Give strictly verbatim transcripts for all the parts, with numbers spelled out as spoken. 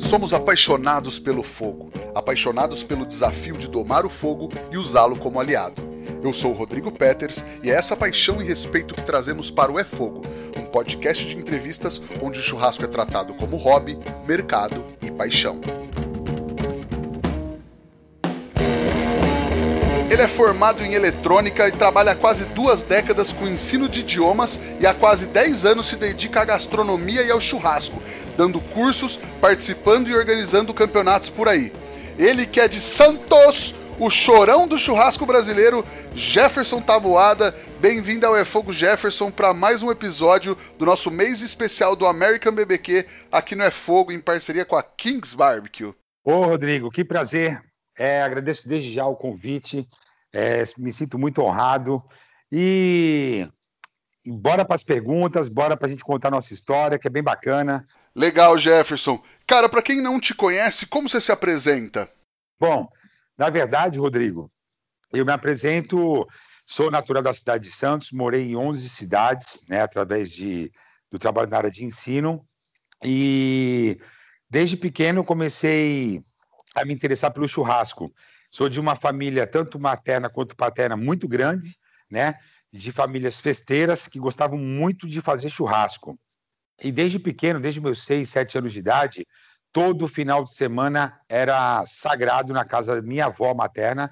Somos apaixonados pelo fogo, apaixonados pelo desafio de domar o fogo e usá-lo como aliado. Eu sou o Rodrigo Peters e é essa paixão e respeito que trazemos para o É Fogo, um podcast de entrevistas onde o churrasco é tratado como hobby, mercado e paixão. Ele é formado em eletrônica e trabalha há quase duas décadas com ensino de idiomas e há quase dez anos se dedica à gastronomia e ao churrasco, dando cursos, participando e organizando campeonatos por aí. Ele que é de Santos, o chorão do churrasco brasileiro, Jefferson Taboada. Bem-vindo ao É Fogo, Jefferson, para mais um episódio do nosso mês especial do American B B Q aqui no É Fogo, em parceria com a Kings Barbecue. Ô, Rodrigo, que prazer. É, agradeço desde já o convite, é, me sinto muito honrado e, e bora para as perguntas, bora para a gente contar a nossa história, que é bem bacana. Legal, Jefferson. Cara, para quem não te conhece, como você se apresenta? Bom, na verdade, Rodrigo, eu me apresento, sou natural da cidade de Santos, morei em onze cidades, né, através de, do trabalho na área de ensino, e desde pequeno comecei a me interessar pelo churrasco. Sou de uma família, tanto materna quanto paterna, muito grande, né? De famílias festeiras que gostavam muito de fazer churrasco. E desde pequeno, desde meus seis, sete anos de idade, todo final de semana era sagrado na casa da minha avó materna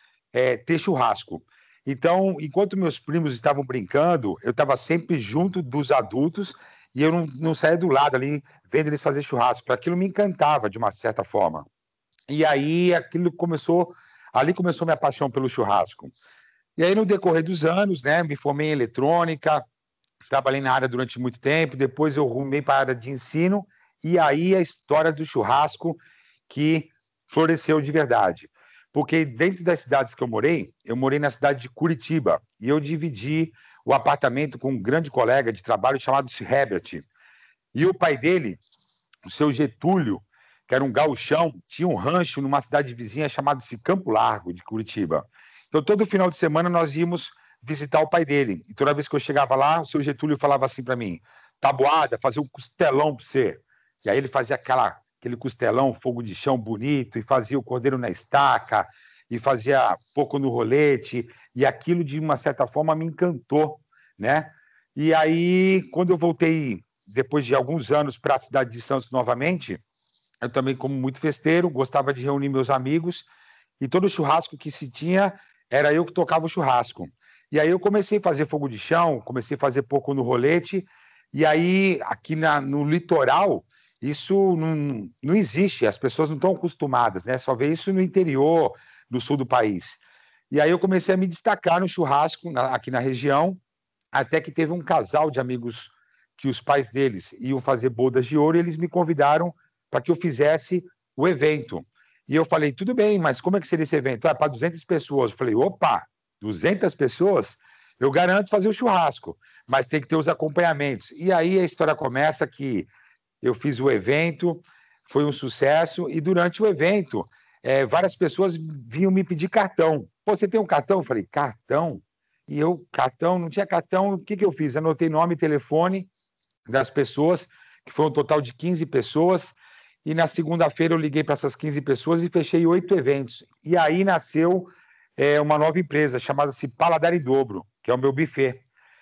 é, ter churrasco. Então, enquanto meus primos estavam brincando, eu estava sempre junto dos adultos e eu não, não saía do lado ali, vendo eles fazer churrasco. Aquilo me encantava, de uma certa forma. E aí aquilo começou, ali começou minha paixão pelo churrasco. E aí no decorrer dos anos, né, me formei em eletrônica, trabalhei na área durante muito tempo, depois eu rumei para a área de ensino, e aí a história do churrasco que floresceu de verdade. Porque dentro das cidades que eu morei, eu morei na cidade de Curitiba, e eu dividi o apartamento com um grande colega de trabalho chamado Herbert. E o pai dele, o seu Getúlio, que era um gauchão, tinha um rancho numa cidade vizinha chamada Campo Largo, de Curitiba. Então, todo final de semana, nós íamos visitar o pai dele. E toda vez que eu chegava lá, o seu Getúlio falava assim para mim, Taboada, fazer um costelão para você. E aí ele fazia aquela, aquele costelão, fogo de chão bonito, e fazia o cordeiro na estaca, e fazia pouco no rolete, e aquilo, de uma certa forma, me encantou, né? E aí, quando eu voltei, depois de alguns anos, para a cidade de Santos novamente, eu também, como muito festeiro, gostava de reunir meus amigos, e todo churrasco que se tinha, era eu que tocava o churrasco. E aí eu comecei a fazer fogo de chão, comecei a fazer pouco no rolete, e aí aqui na, no litoral, isso não, não existe, as pessoas não estão acostumadas, né? Só vê isso no interior, no sul do país. E aí eu comecei a me destacar no churrasco, na, aqui na região, até que teve um casal de amigos que os pais deles iam fazer bodas de ouro, e eles me convidaram para que eu fizesse o evento. E eu falei, tudo bem, mas como é que seria esse evento? Ah, para duzentas pessoas. Eu falei, opa, duzentas pessoas? Eu garanto fazer o churrasco, mas tem que ter os acompanhamentos. E aí a história começa que eu fiz o evento, foi um sucesso, e durante o evento, é, várias pessoas vinham me pedir cartão. Pô, você tem um cartão? Eu falei, cartão? E eu, cartão, não tinha cartão, o que, que eu fiz? Anotei nome e telefone das pessoas, que foi um total de quinze pessoas, e na segunda-feira eu liguei para essas quinze pessoas e fechei oito eventos. E aí nasceu é, uma nova empresa, chamada-se Paladar em Dobro, que é o meu buffet.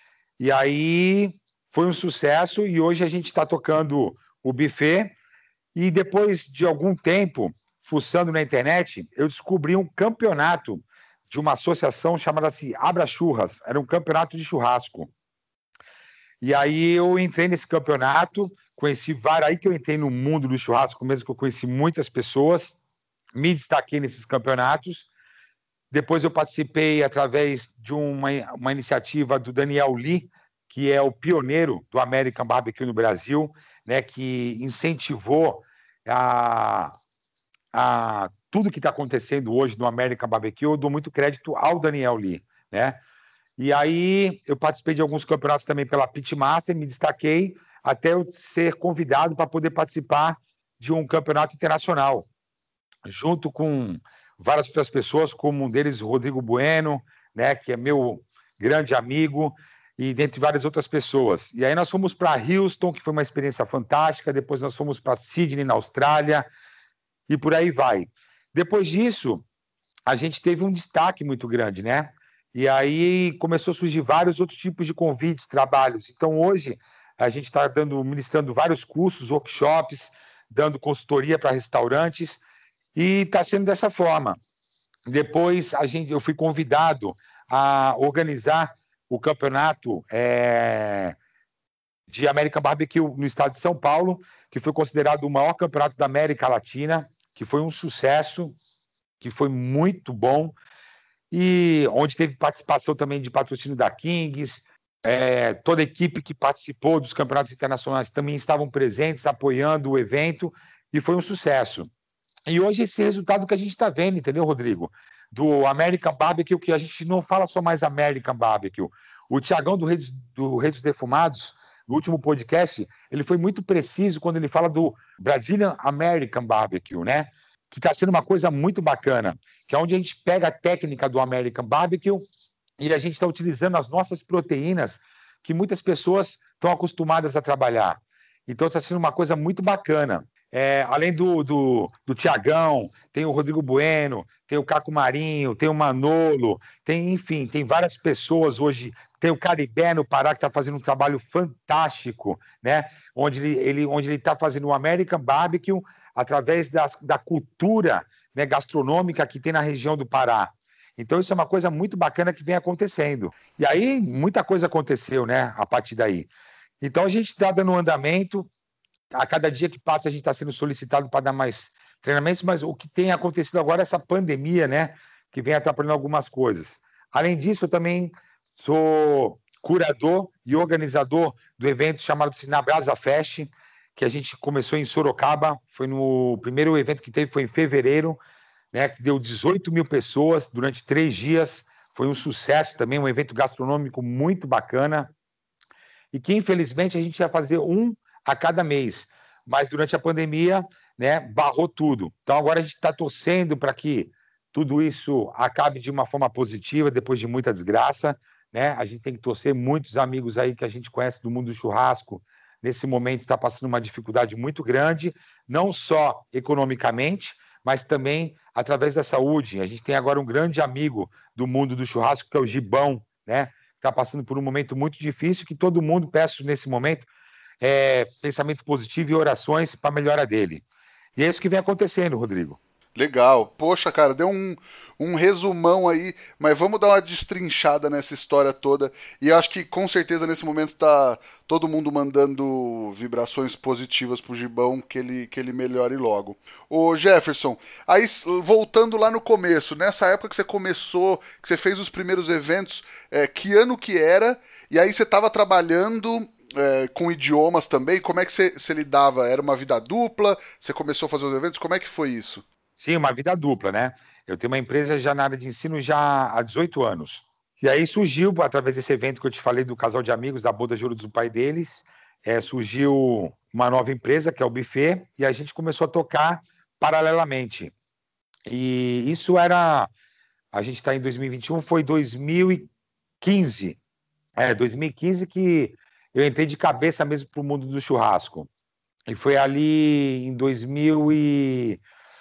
E aí foi um sucesso, e hoje a gente está tocando o buffet, e depois de algum tempo, fuçando na internet, eu descobri um campeonato de uma associação chamada-se Abra Churras, era um campeonato de churrasco. E aí eu entrei nesse campeonato, conheci vários, aí que eu entrei no mundo do churrasco mesmo, que eu conheci muitas pessoas, me destaquei nesses campeonatos. Depois eu participei através de uma, uma iniciativa do Daniel Lee, que é o pioneiro do American Barbecue no Brasil, né, que incentivou a, a tudo que está acontecendo hoje no American Barbecue. Eu dou muito crédito ao Daniel Lee, né? E aí eu participei de alguns campeonatos também pela Pitmaster, me destaquei até eu ser convidado para poder participar de um campeonato internacional, junto com várias outras pessoas, como um deles, o Rodrigo Bueno, né, que é meu grande amigo, e dentre várias outras pessoas. E aí nós fomos para Houston, que foi uma experiência fantástica, depois nós fomos para Sydney, na Austrália, e por aí vai. Depois disso, a gente teve um destaque muito grande, né? E aí começou a surgir vários outros tipos de convites, trabalhos. Então, hoje, a gente está dando, ministrando vários cursos, workshops, dando consultoria para restaurantes, e está sendo dessa forma. Depois, a gente, eu fui convidado a organizar o campeonato é, de American Barbecue no estado de São Paulo, que foi considerado o maior campeonato da América Latina, que foi um sucesso, que foi muito bom, e onde teve participação também de patrocínio da Kings, é, toda a equipe que participou dos campeonatos internacionais também estavam presentes, apoiando o evento, e foi um sucesso. E hoje esse resultado que a gente está vendo, entendeu, Rodrigo? Do American Barbecue, que a gente não fala só mais American Barbecue. O Tiagão do Redes, do Redes Defumados, no último podcast, ele foi muito preciso quando ele fala do Brazilian American Barbecue, né? Que está sendo uma coisa muito bacana, que é onde a gente pega a técnica do American Barbecue e a gente está utilizando as nossas proteínas que muitas pessoas estão acostumadas a trabalhar. Então está sendo uma coisa muito bacana. É, além do, do, do Tiagão, tem o Rodrigo Bueno, tem o Caco Marinho, tem o Manolo, tem, enfim, tem várias pessoas hoje, tem o Caribé no Pará que está fazendo um trabalho fantástico, né? Onde ele está ele, onde ele tá fazendo o American Barbecue através das, da cultura, né, gastronômica que tem na região do Pará. Então isso é uma coisa muito bacana que vem acontecendo. E aí muita coisa aconteceu, né, a partir daí. Então a gente está dando um andamento. A cada dia que passa a gente está sendo solicitado para dar mais treinamentos, mas o que tem acontecido agora é essa pandemia, né, que vem atrapalhando algumas coisas. Além disso, eu também sou curador e organizador do evento chamado Sinabrasa Fest, que a gente começou em Sorocaba, foi no primeiro evento que teve, foi em fevereiro, né, que deu dezoito mil pessoas durante três dias, foi um sucesso também, um evento gastronômico muito bacana, e que infelizmente a gente ia fazer um a cada mês, mas durante a pandemia, né, barrou tudo. Então agora a gente está torcendo para que tudo isso acabe de uma forma positiva, depois de muita desgraça, né? A gente tem que torcer, muitos amigos aí que a gente conhece do mundo do churrasco, nesse momento está passando uma dificuldade muito grande, não só economicamente, mas também através da saúde. A gente tem agora um grande amigo do mundo do churrasco, que é o Gibão, né? Está passando por um momento muito difícil, que todo mundo, peço nesse momento, É, pensamento positivo e orações para a melhora dele. E é isso que vem acontecendo, Rodrigo. Legal. Poxa, cara, deu um, um resumão aí, mas vamos dar uma destrinchada nessa história toda. E eu acho que com certeza nesse momento tá todo mundo mandando vibrações positivas pro Gibão, que ele, que ele melhore logo. Ô Jefferson, aí voltando lá no começo, nessa época que você começou, que você fez os primeiros eventos, é, que ano que era? E aí você estava trabalhando... É, com idiomas também, como é que você, você lidava? Era uma vida dupla? Você começou a fazer os eventos? Como é que foi isso? Sim, uma vida dupla, né? Eu tenho uma empresa já na área de ensino já há dezoito anos. E aí surgiu, através desse evento que eu te falei do casal de amigos, da boda de ouro do pai deles, é, surgiu uma nova empresa, que é o Buffet, e a gente começou a tocar paralelamente. E isso era... A gente está em dois mil e vinte e um, foi dois mil e quinze. É, dois mil e quinze que... eu entrei de cabeça mesmo para o mundo do churrasco. E foi ali em dois mil e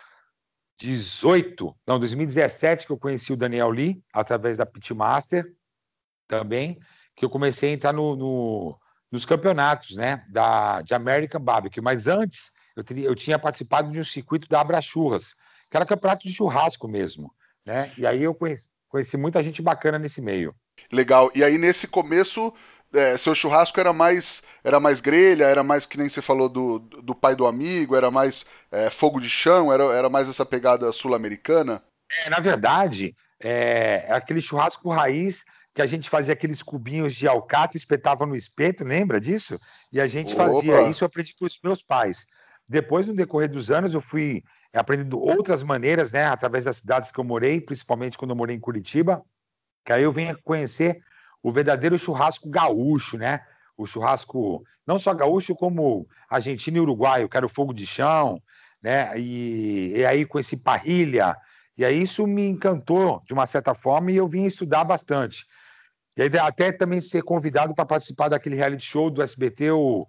dezoito, não, dois mil e dezessete, que eu conheci o Daniel Lee, através da Pitmaster também, que eu comecei a entrar no, no, nos campeonatos, né, da, de American Barbecue. Mas antes, eu, teria, eu tinha participado de um circuito da Abra Churras, que era campeonato de churrasco mesmo, né? E aí eu conheci, conheci muita gente bacana nesse meio. Legal. E aí nesse começo... É, seu churrasco era mais era mais grelha, era mais, que nem você falou, do, do pai do amigo, era mais é, fogo de chão, era, era mais essa pegada sul-americana? É, na verdade, é, é aquele churrasco raiz que a gente fazia aqueles cubinhos de alcatra e espetava no espeto, lembra disso? E a gente Opa. fazia isso, eu aprendi com os meus pais. Depois, no decorrer dos anos, eu fui aprendendo outras maneiras, né, através das cidades que eu morei, principalmente quando eu morei em Curitiba, que aí eu venho conhecer o verdadeiro churrasco gaúcho, né? O churrasco não só gaúcho, como argentino e uruguaio, que era o fogo de chão, né? E, e aí conheci parrilha, e aí isso me encantou de uma certa forma e eu vim estudar bastante. E aí até também ser convidado para participar daquele reality show do S B T, o,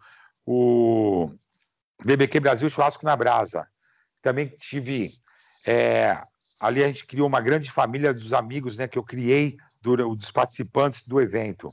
o B B Q Brasil Churrasco na Brasa. Também tive... É, ali a gente criou uma grande família dos amigos, né, que eu criei do, dos participantes do evento.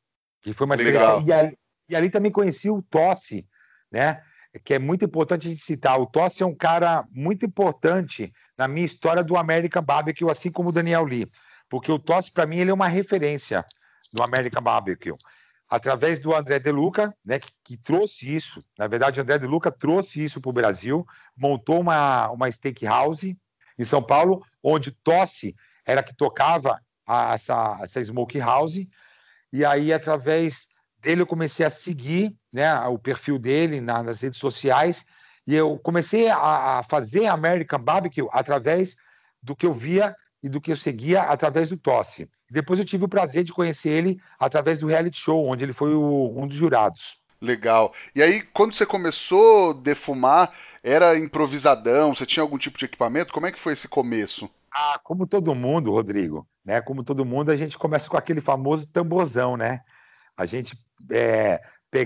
E foi uma experiência... E ali, e ali também conheci o Tossi, né, que é muito importante a gente citar. O Tossi é um cara muito importante na minha história do American Barbecue, assim como o Daniel Lee. Porque o Tossi, para mim, ele é uma referência do American Barbecue. Através do André De Luca, né, que, que trouxe isso. Na verdade, o André De Luca trouxe isso para o Brasil, montou uma, uma steakhouse em São Paulo, onde o Tossi era que tocava a, essa, essa smokehouse. E aí, através dele, eu comecei a seguir, né, o perfil dele na, nas redes sociais, e eu comecei a, a fazer American Barbecue através do que eu via e do que eu seguia através do Tossi. Depois eu tive o prazer de conhecer ele através do reality show, onde ele foi o, um dos jurados. Legal. E aí, quando você começou a defumar, era improvisadão? Você tinha algum tipo de equipamento? Como é que foi esse começo? Ah, como todo mundo, Rodrigo, né? Como todo mundo, a gente começa com aquele famoso tamborzão, né? A gente é,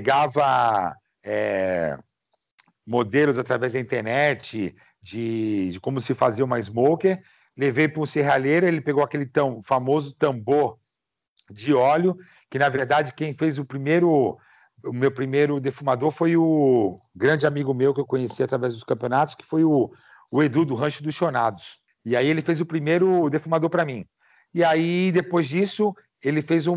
pegava é, modelos através da internet de, de como se fazia uma smoker, levei para um serralheiro, ele pegou aquele tão, famoso tambor de óleo, que na verdade quem fez o primeiro, o meu primeiro defumador foi o grande amigo meu que eu conheci através dos campeonatos, que foi o, o Edu do Rancho dos Chonados. E aí ele fez o primeiro defumador para mim. E aí depois disso ele fez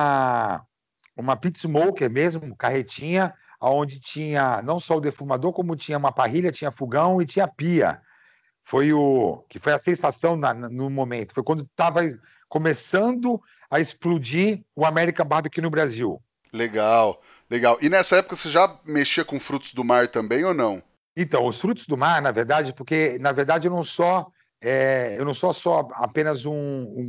uma uma pit smoker mesmo, carretinha, onde tinha não só o defumador, como tinha uma parrilha, tinha fogão e tinha pia. Foi o que foi a sensação na, no momento. Foi quando estava começando a explodir o American Barbecue no Brasil. Legal, legal. E nessa época você já mexia com frutos do mar também ou não? Então, os frutos do mar, na verdade, porque na verdade eu não sou, é, eu não sou só apenas um,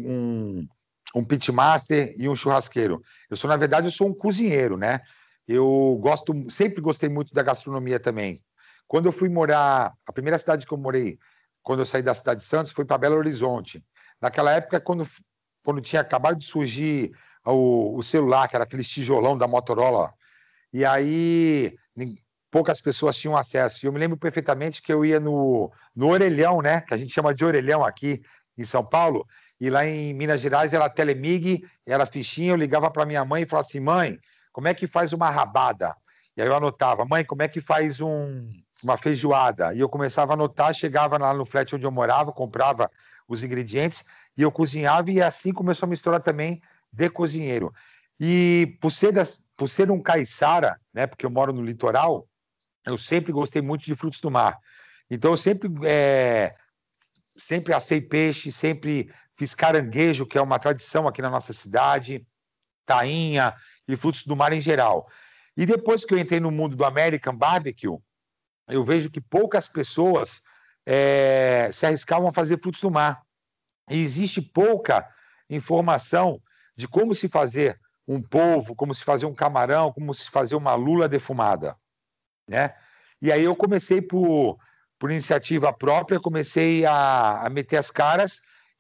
um, um pitmaster e um churrasqueiro. Eu sou, na verdade, eu sou um cozinheiro, né? Eu gosto, sempre gostei muito da gastronomia também. Quando eu fui morar, a primeira cidade que eu morei, quando eu saí da cidade de Santos, foi para Belo Horizonte. Naquela época, quando, quando tinha acabado de surgir o, o celular, que era aquele tijolão da Motorola, e aí poucas pessoas tinham acesso. E eu me lembro perfeitamente que eu ia no, no Orelhão, né? Que a gente chama de Orelhão aqui em São Paulo, e lá em Minas Gerais era Telemig, era fichinha, eu ligava para minha mãe e falava assim, mãe, como é que faz uma rabada? E aí eu anotava, mãe, como é que faz um, uma feijoada? E eu começava a anotar, chegava lá no flat onde eu morava, comprava os ingredientes e eu cozinhava, e assim começou a me estourar também de cozinheiro. E por ser, das, por ser um caiçara, né, porque eu moro no litoral, eu sempre gostei muito de frutos do mar. Então eu sempre, é, sempre assei peixe, sempre fiz caranguejo, que é uma tradição aqui na nossa cidade, tainha e frutos do mar em geral. E depois que eu entrei no mundo do American Barbecue, eu vejo que poucas pessoas é, se arriscavam a fazer frutos do mar. E existe pouca informação de como se fazer um polvo, como se fazer um camarão, como se fazer uma lula defumada, né? E aí eu comecei por, por iniciativa própria, comecei a, a meter as caras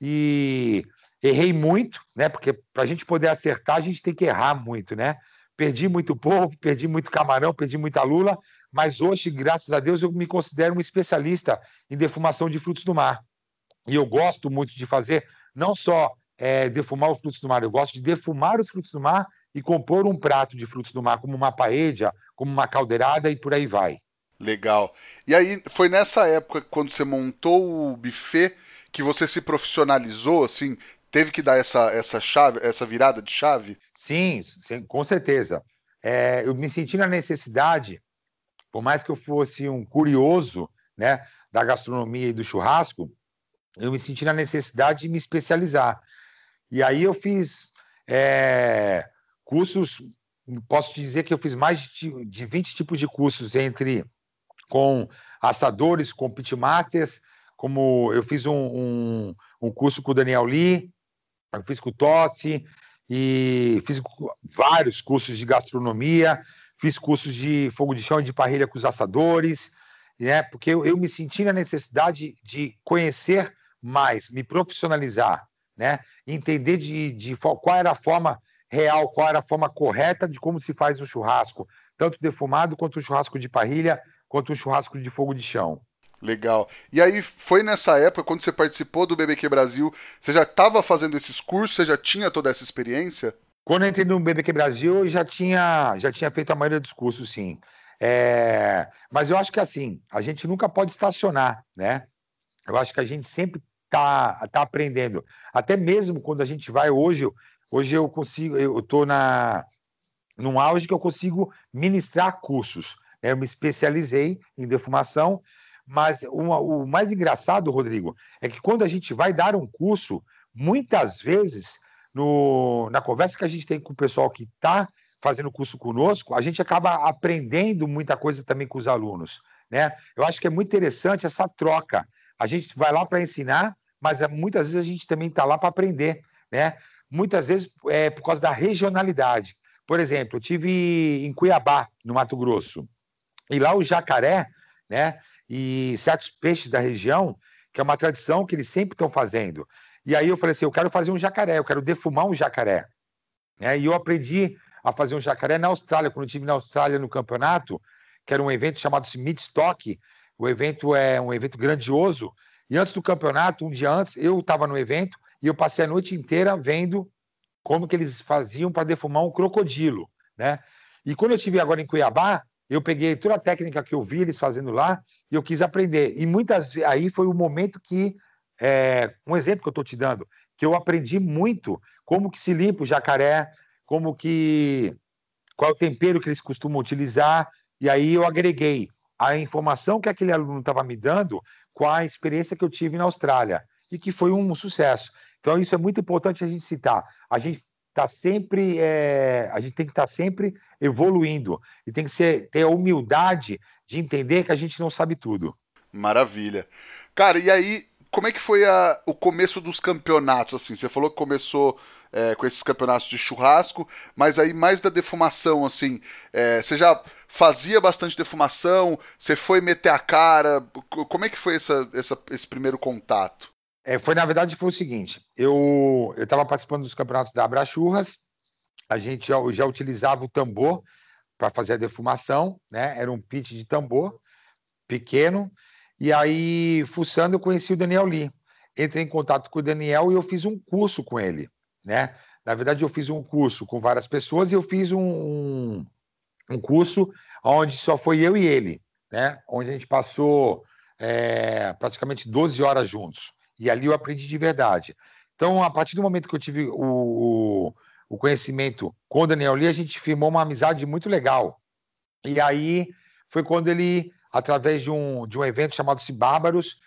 e errei muito, né? Porque para a gente poder acertar, a gente tem que errar muito, né? Perdi muito polvo, perdi muito camarão, perdi muita lula, mas hoje, graças a Deus, eu me considero um especialista em defumação de frutos do mar. E eu gosto muito de fazer, não só é, defumar os frutos do mar, eu gosto de defumar os frutos do mar e compor um prato de frutos do mar, como uma paella, como uma caldeirada e por aí vai. Legal. E aí, foi nessa época, quando você montou o buffet, que você se profissionalizou, assim, teve que dar essa, essa chave, essa virada de chave? Sim, sim, com certeza. É, eu me senti na necessidade, por mais que eu fosse um curioso, né, da gastronomia e do churrasco, eu me senti na necessidade de me especializar. E aí eu fiz é, cursos, posso te dizer que eu fiz mais de, de vinte tipos de cursos, entre com assadores, com pitmasters, como eu fiz um, um, um curso com o Daniel Lee, eu fiz com o Tossi, e fiz vários cursos de gastronomia, fiz cursos de fogo de chão e de parrilha com os assadores, né? Porque eu, eu me senti na necessidade de conhecer mais, me profissionalizar, né? Entender de, de qual era a forma real qual era a forma correta de como se faz o churrasco, tanto defumado quanto o churrasco de parrilha, quanto o churrasco de fogo de chão. Legal. E aí, foi nessa época, quando você participou do B B Q Brasil, você já estava fazendo esses cursos, você já tinha toda essa experiência? Quando eu entrei no B B Q Brasil, eu já tinha, já tinha feito a maioria dos cursos, sim. É, mas eu acho que assim, a gente nunca pode estacionar, né? Eu acho que a gente sempre está tá aprendendo. Até mesmo quando a gente vai hoje, hoje eu consigo, eu estou na num auge que eu consigo ministrar cursos, né? Eu me especializei em defumação, mas uma, o mais engraçado, Rodrigo, é que quando a gente vai dar um curso, muitas vezes, no, na conversa que a gente tem com o pessoal que está fazendo o curso conosco, a gente acaba aprendendo muita coisa também com os alunos, né? Eu acho que é muito interessante essa troca. A gente vai lá para ensinar, mas muitas vezes a gente também está lá para aprender, né? Muitas vezes é por causa da regionalidade. Por exemplo, eu tive em Cuiabá, no Mato Grosso, e lá o jacaré, né, e certos peixes da região, que é uma tradição que eles sempre estão fazendo. E aí eu falei assim, eu quero fazer um jacaré, eu quero defumar um jacaré. É, e eu aprendi a fazer um jacaré na Austrália, quando eu estive na Austrália no campeonato, que era um evento chamado Meatstock. O evento é um evento grandioso. E antes do campeonato, um dia antes, eu estava no evento e eu passei a noite inteira vendo como que eles faziam para defumar um crocodilo, né? E quando eu estive agora em Cuiabá, eu peguei toda a técnica que eu vi eles fazendo lá e eu quis aprender. E muitas aí foi o momento que, é, um exemplo que eu estou te dando, que eu aprendi muito como que se limpa o jacaré, como que qual é o tempero que eles costumam utilizar, e aí eu agreguei a informação que aquele aluno estava me dando com a experiência que eu tive na Austrália, e que foi um sucesso. Então, isso é muito importante a gente citar. A gente está sempre, é, a gente tem que estar tá sempre evoluindo, e tem que ser, ter a humildade de entender que a gente não sabe tudo. Maravilha. Cara, e aí, como é que foi a, o começo dos campeonatos, assim? Você falou que começou é, com esses campeonatos de churrasco, mas aí mais da defumação, assim, é, você já fazia bastante defumação? Você foi meter a cara? Como é que foi essa, essa, esse primeiro contato? É, foi, na verdade, foi o seguinte, eu estava participando dos campeonatos da Abrachurras, a gente já, já utilizava o tambor para fazer a defumação, né? Era um pit de tambor pequeno, e aí, fuçando, eu conheci o Daniel Lee. Entrei em contato com o Daniel e eu fiz um curso com ele, né? Na verdade, eu fiz um curso com várias pessoas e eu fiz um, um, um curso onde só foi eu e ele, né? Onde a gente passou é, praticamente doze horas juntos. E ali eu aprendi de verdade. Então, a partir do momento que eu tive o, o conhecimento com o Daniel Lee, a gente firmou uma amizade muito legal. E aí foi quando ele, através de um, de um evento chamado-se Bárbaros,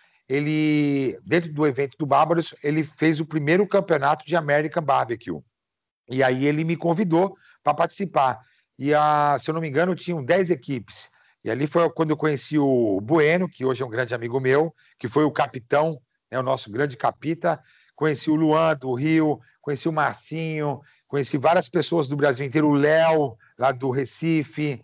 ele, dentro do evento do Bárbaros, ele fez o primeiro campeonato de American Barbecue. E aí ele me convidou para participar. E, a, se eu não me engano, tinham dez equipes. E ali foi quando eu conheci o Bueno, que hoje é um grande amigo meu, que foi o capitão, né, o nosso grande capita. Conheci o Luan do Rio, conheci o Marcinho, conheci várias pessoas do Brasil inteiro, o Léo, lá do Recife,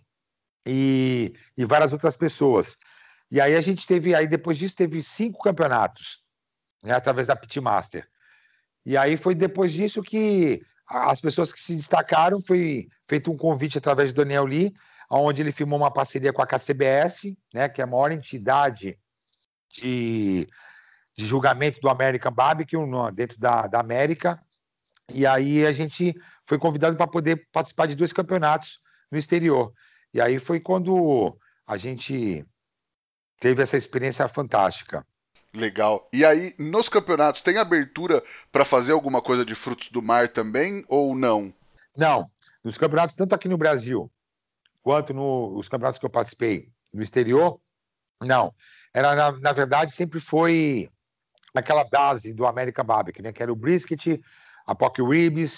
e, e várias outras pessoas. E aí a gente teve, aí depois disso teve cinco campeonatos, né, através da Pitmaster. E aí foi depois disso que as pessoas que se destacaram, foi feito um convite através do Daniel Lee, onde ele firmou uma parceria com a K C B S, né, que é a maior entidade de, de julgamento do American Barbecue no, dentro da, da América. E aí a gente foi convidado para poder participar de dois campeonatos no exterior. E aí foi quando a gente teve essa experiência fantástica. Legal. E aí, nos campeonatos, tem abertura para fazer alguma coisa de frutos do mar também ou não? Não. Nos campeonatos, tanto aqui no Brasil quanto nos campeonatos que eu participei no exterior, não. Era, na, na verdade, sempre foi aquela base do American Barbecue, né? Que era o brisket, a pork ribs,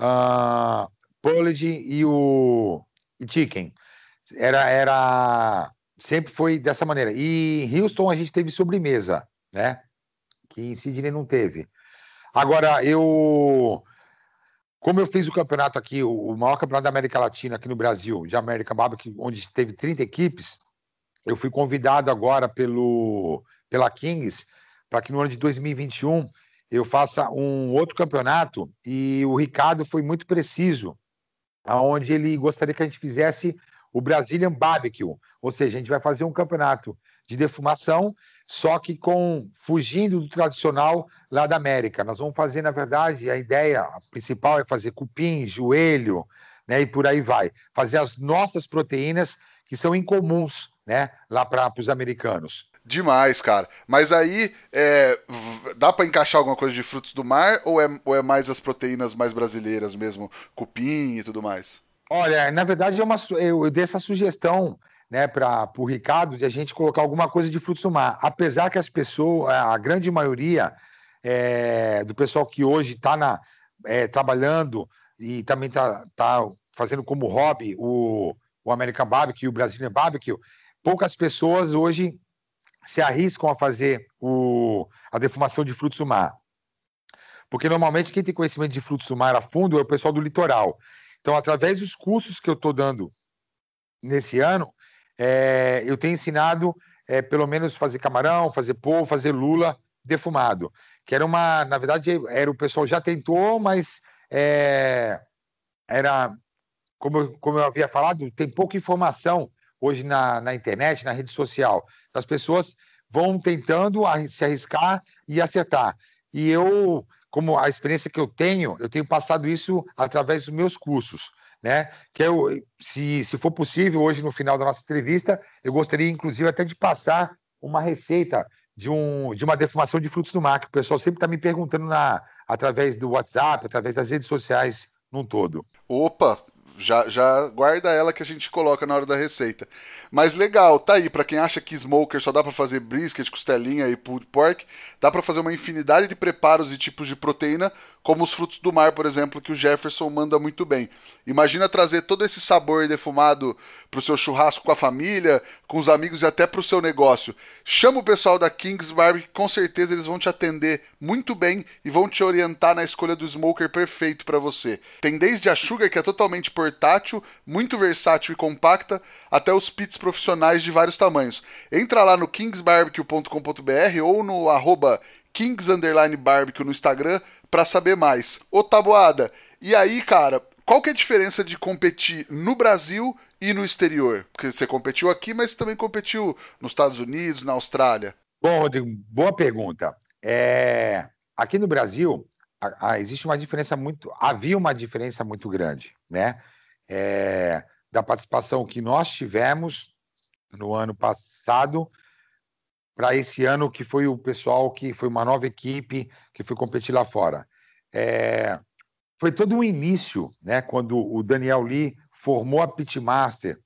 uh, pulled e o e chicken. Era, era, sempre foi dessa maneira. E em Houston a gente teve sobremesa, né? Que em Sydney não teve. Agora, eu... Como eu fiz o campeonato aqui, o maior campeonato da América Latina aqui no Brasil, de American Barbecue, onde teve trinta equipes, eu fui convidado agora pelo, pela Kings para que no ano de dois mil e vinte e um eu faça um outro campeonato, e o Ricardo foi muito preciso, aonde ele gostaria que a gente fizesse o Brazilian Barbecue, ou seja, a gente vai fazer um campeonato de defumação, só que com fugindo do tradicional lá da América. Nós vamos fazer, na verdade, a ideia principal é fazer cupim, joelho, né, e por aí vai. Fazer as nossas proteínas que são incomuns, né, lá para os americanos. Demais, cara. Mas aí, é, dá para encaixar alguma coisa de frutos do mar ou é, ou é mais as proteínas mais brasileiras mesmo, cupim e tudo mais? Olha, na verdade, é uma, eu, eu dei essa sugestão, né, para o Ricardo de a gente colocar alguma coisa de frutos do mar. Apesar que as pessoas, a grande maioria é, do pessoal que hoje está é, trabalhando e também está tá fazendo como hobby o, o American Barbecue e o Brazilian Barbecue, poucas pessoas hoje se arriscam a fazer o, a defumação de frutos do mar. Porque normalmente quem tem conhecimento de frutos do mar a fundo é o pessoal do litoral. Então, através dos cursos que eu estou dando nesse ano, é, eu tenho ensinado é, pelo menos fazer camarão, fazer polvo, fazer lula defumado. Que era uma, na verdade, era o pessoal já tentou, mas é, era, como eu, como eu havia falado, tem pouca informação hoje na, na internet, na rede social. As pessoas vão tentando se arriscar e acertar. E eu, como a experiência que eu tenho, eu tenho passado isso através dos meus cursos, né? Que eu, se, se for possível, hoje no final da nossa entrevista, eu gostaria, inclusive, até de passar uma receita de, um, de uma defumação de frutos do mar, que o pessoal sempre está me perguntando na, através do WhatsApp, através das redes sociais num todo. Opa! Já, já guarda ela que a gente coloca na hora da receita. Mas legal, tá aí. Pra quem acha que smoker só dá pra fazer brisket, costelinha e pulled pork, dá pra fazer uma infinidade de preparos e tipos de proteína, como os frutos do mar, por exemplo, que o Jefferson manda muito bem. Imagina trazer todo esse sabor defumado pro seu churrasco com a família, com os amigos e até pro seu negócio. Chama o pessoal da Kings Barbecue, com certeza eles vão te atender muito bem e vão te orientar na escolha do smoker perfeito pra você. Tem desde a Sugar, que é totalmente portátil, muito versátil e compacta, até os pits profissionais de vários tamanhos. Entra lá no kings barbecue ponto com ponto b r ou no arroba kings underline barbecue no Instagram para saber mais. Ô Taboada, e aí, cara, qual que é a diferença de competir no Brasil e no exterior? Porque você competiu aqui, mas você também competiu nos Estados Unidos, na Austrália. Bom, Rodrigo, boa pergunta. É... Aqui no Brasil, a, a, existe uma diferença muito... Havia uma diferença muito grande, né? É... Da participação que nós tivemos no ano passado para esse ano, que foi o pessoal que foi uma nova equipe que foi competir lá fora. É... Foi todo um início, né? Quando o Daniel Lee formou a Pitmaster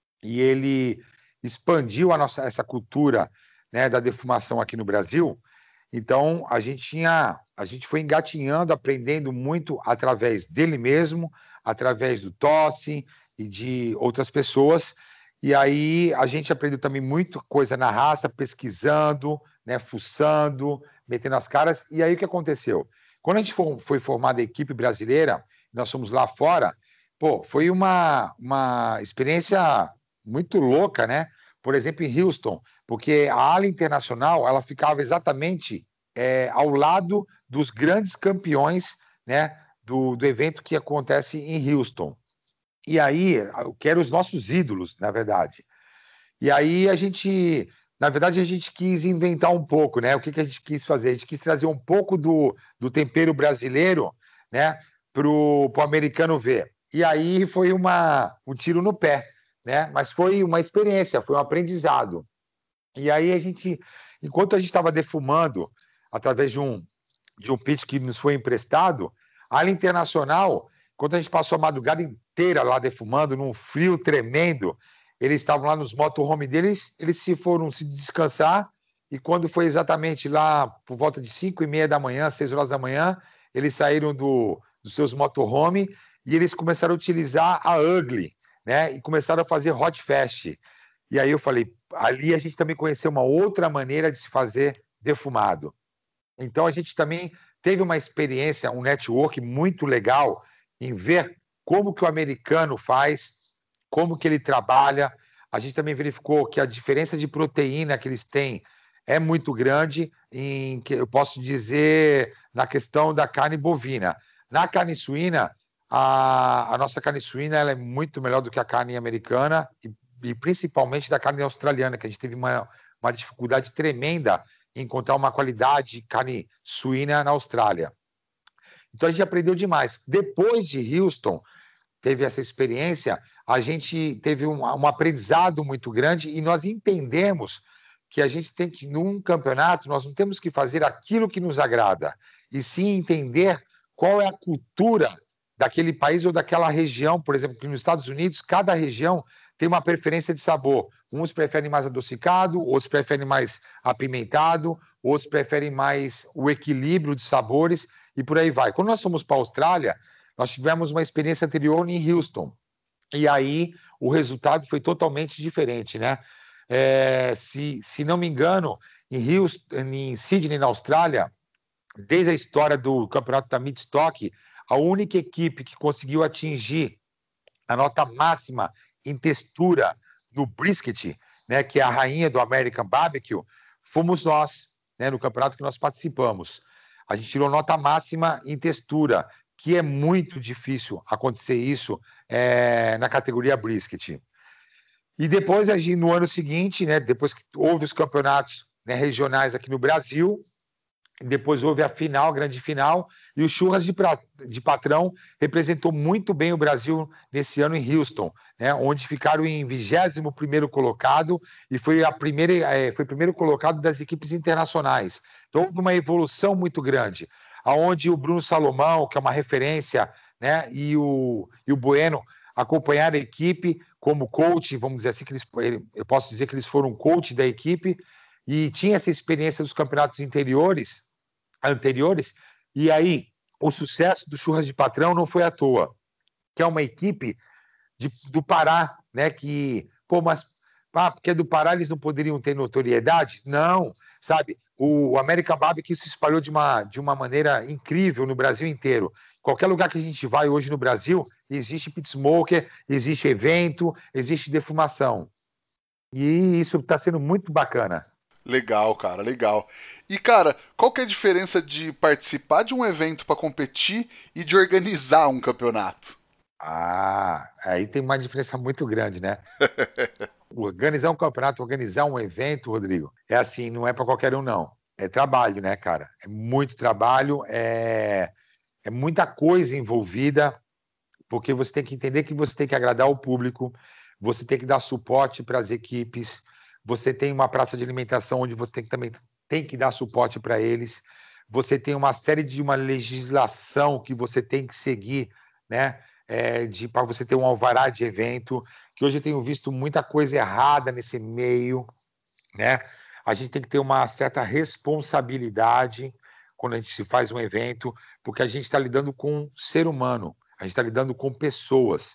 e ele expandiu a nossa, essa cultura, né, da defumação aqui no Brasil. Então, a gente tinha, a gente foi engatinhando, aprendendo muito através dele mesmo, através do Tossi e de outras pessoas. E aí a gente aprendeu também muita coisa na raça, pesquisando, né, fuçando, metendo as caras. E aí o que aconteceu? Quando a gente foi formada a equipe brasileira, nós fomos lá fora, pô, foi uma, uma experiência muito louca, né? Por exemplo, em Houston, porque a ala internacional ela ficava exatamente é, ao lado dos grandes campeões, né, do, do evento que acontece em Houston. E aí, que eram os nossos ídolos, na verdade. E aí a gente, na verdade, a gente quis inventar um pouco, né? O que, que a gente quis fazer? A gente quis trazer um pouco do, do tempero brasileiro, né, para o americano ver. E aí foi uma, um tiro no pé, né? Mas foi uma experiência, foi um aprendizado. E aí a gente, enquanto a gente estava defumando através de um, de um pit que nos foi emprestado, a ala internacional, quando a gente passou a madrugada inteira lá defumando, num frio tremendo, eles estavam lá nos motorhome deles, eles se foram se descansar, e quando foi exatamente lá por volta de cinco e meia da manhã, seis horas da manhã, eles saíram do, dos seus motorhome e eles começaram a utilizar a Ugly, né? E começaram a fazer hot fast. E aí eu falei, ali a gente também conheceu uma outra maneira de se fazer defumado. Então a gente também teve uma experiência, um network muito legal em ver como que o americano faz, como que ele trabalha. A gente também verificou que a diferença de proteína que eles têm é muito grande, em que eu posso dizer, na questão da carne bovina. Na carne suína, a, a nossa carne suína ela é muito melhor do que a carne americana e, e principalmente da carne australiana, que a gente teve uma, uma dificuldade tremenda em encontrar uma qualidade de carne suína na Austrália. Então a gente aprendeu demais. Depois de Houston, teve essa experiência, a gente teve um, um aprendizado muito grande e nós entendemos que a gente tem que, num campeonato, nós não temos que fazer aquilo que nos agrada, e sim entender qual é a cultura daquele país ou daquela região. Por exemplo, que nos Estados Unidos, cada região tem uma preferência de sabor. Uns preferem mais adocicado, outros preferem mais apimentado, outros preferem mais o equilíbrio de sabores, e por aí vai. Quando nós fomos para a Austrália, nós tivemos uma experiência anterior em Houston, e aí o resultado foi totalmente diferente, né? É, se, se não me engano, em, Houston, em Sydney, na Austrália, desde a história do campeonato da Midstock, a única equipe que conseguiu atingir a nota máxima em textura no brisket, né, que é a rainha do American Barbecue, fomos nós, né, no campeonato que nós participamos. A gente tirou nota máxima em textura, que é muito difícil acontecer isso é, na categoria brisket. E depois, no ano seguinte, né, depois que houve os campeonatos, né, regionais aqui no Brasil, depois houve a final, a grande final, e o Churras de, pra, de Patrão representou muito bem o Brasil nesse ano em Houston, né, onde ficaram em vigésimo primeiro colocado e foi, a primeira, é, foi o primeiro colocado das equipes internacionais. Então, houve uma evolução muito grande, onde o Bruno Salomão, que é uma referência, né, e, o, e o Bueno acompanharam a equipe como coach, vamos dizer assim, que eles, eu posso dizer que eles foram coach da equipe, e tinha essa experiência dos campeonatos anteriores, anteriores, e aí o sucesso do Churras de Patrão não foi à toa, que é uma equipe de, do Pará, né, que, pô, mas ah, porque do Pará eles não poderiam ter notoriedade? Não, sabe, o American Barbecue se espalhou de uma, de uma maneira incrível no Brasil inteiro. Qualquer lugar que a gente vai hoje no Brasil, existe pit smoker, existe evento, existe defumação. E isso está sendo muito bacana. Legal, cara, legal. E, cara, qual que é a diferença de participar de um evento para competir e de organizar um campeonato? Ah, aí tem uma diferença muito grande, né? Organizar um campeonato, organizar um evento, Rodrigo, é assim, não é para qualquer um, não. É trabalho, né, cara? É muito trabalho, é... é muita coisa envolvida, porque você tem que entender que você tem que agradar o público, você tem que dar suporte para as equipes, você tem uma praça de alimentação onde você tem que, também tem que dar suporte para eles, você tem uma série de uma legislação que você tem que seguir, né, é, para você ter um alvará de evento, que hoje eu tenho visto muita coisa errada nesse meio, né? A gente tem que ter uma certa responsabilidade quando a gente se faz um evento, porque a gente está lidando com um ser humano, a gente está lidando com pessoas,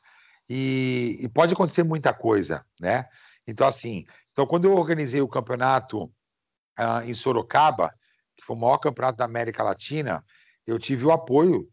e, e pode acontecer muita coisa, né? Então, assim, então, quando eu organizei o campeonato uh, em Sorocaba, que foi o maior campeonato da América Latina, eu tive o apoio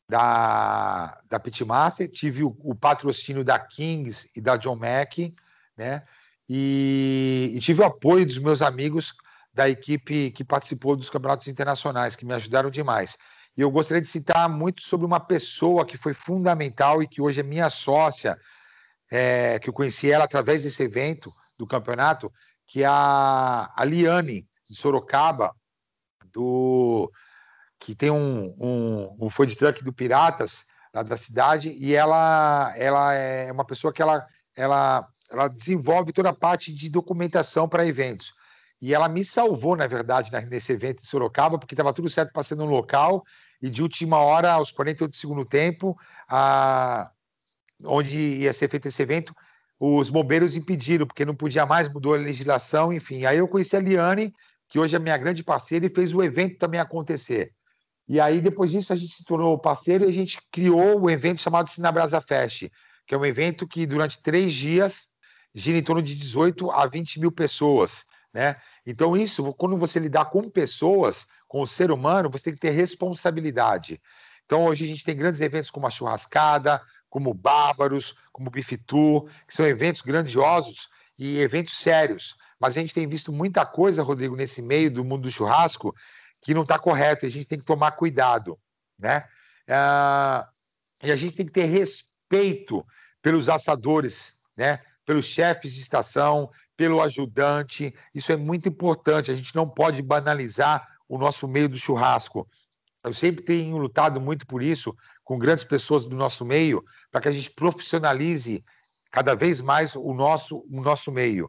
da, da Pitmaster, tive o, o patrocínio da Kings e da John Mack, né? E, e tive o apoio dos meus amigos da equipe que participou dos campeonatos internacionais, que me ajudaram demais. E eu gostaria de citar muito sobre uma pessoa que foi fundamental e que hoje é minha sócia, é, que eu conheci ela através desse evento do campeonato, que é a, a Liane, de Sorocaba, do, que tem um, um, um food truck do Piratas, lá da cidade, e ela, ela é uma pessoa que ela, ela, ela desenvolve toda a parte de documentação para eventos. E ela me salvou, na verdade, nesse evento em Sorocaba, porque estava tudo certo para ser no local, e de última hora, aos quarenta e oito do segundo tempo, a, onde ia ser feito esse evento, os bombeiros impediram, porque não podia mais, mudou a legislação, enfim. Aí eu conheci a Liane, que hoje é minha grande parceira, e fez o evento também acontecer. E aí, depois disso, a gente se tornou parceiro e a gente criou o evento chamado Sinabrasa Fest, que é um evento que, durante três dias, gira em torno de dezoito a vinte mil pessoas, né? Então, isso, quando você lidar com pessoas, com o ser humano, você tem que ter responsabilidade. Então, hoje a gente tem grandes eventos como a Churrascada, como Bárbaros, como Bife Tour, que são eventos grandiosos e eventos sérios. mas a gente tem visto muita coisa, Rodrigo, nesse meio do mundo do churrasco que não está correto, a gente tem que tomar cuidado, né? Ah, e a gente tem que ter respeito pelos assadores, né? Pelos chefes de estação, pelo ajudante, isso é muito importante, a gente não pode banalizar o nosso meio do churrasco. Eu sempre tenho lutado muito por isso, com grandes pessoas do nosso meio, para que a gente profissionalize cada vez mais o nosso, o nosso meio.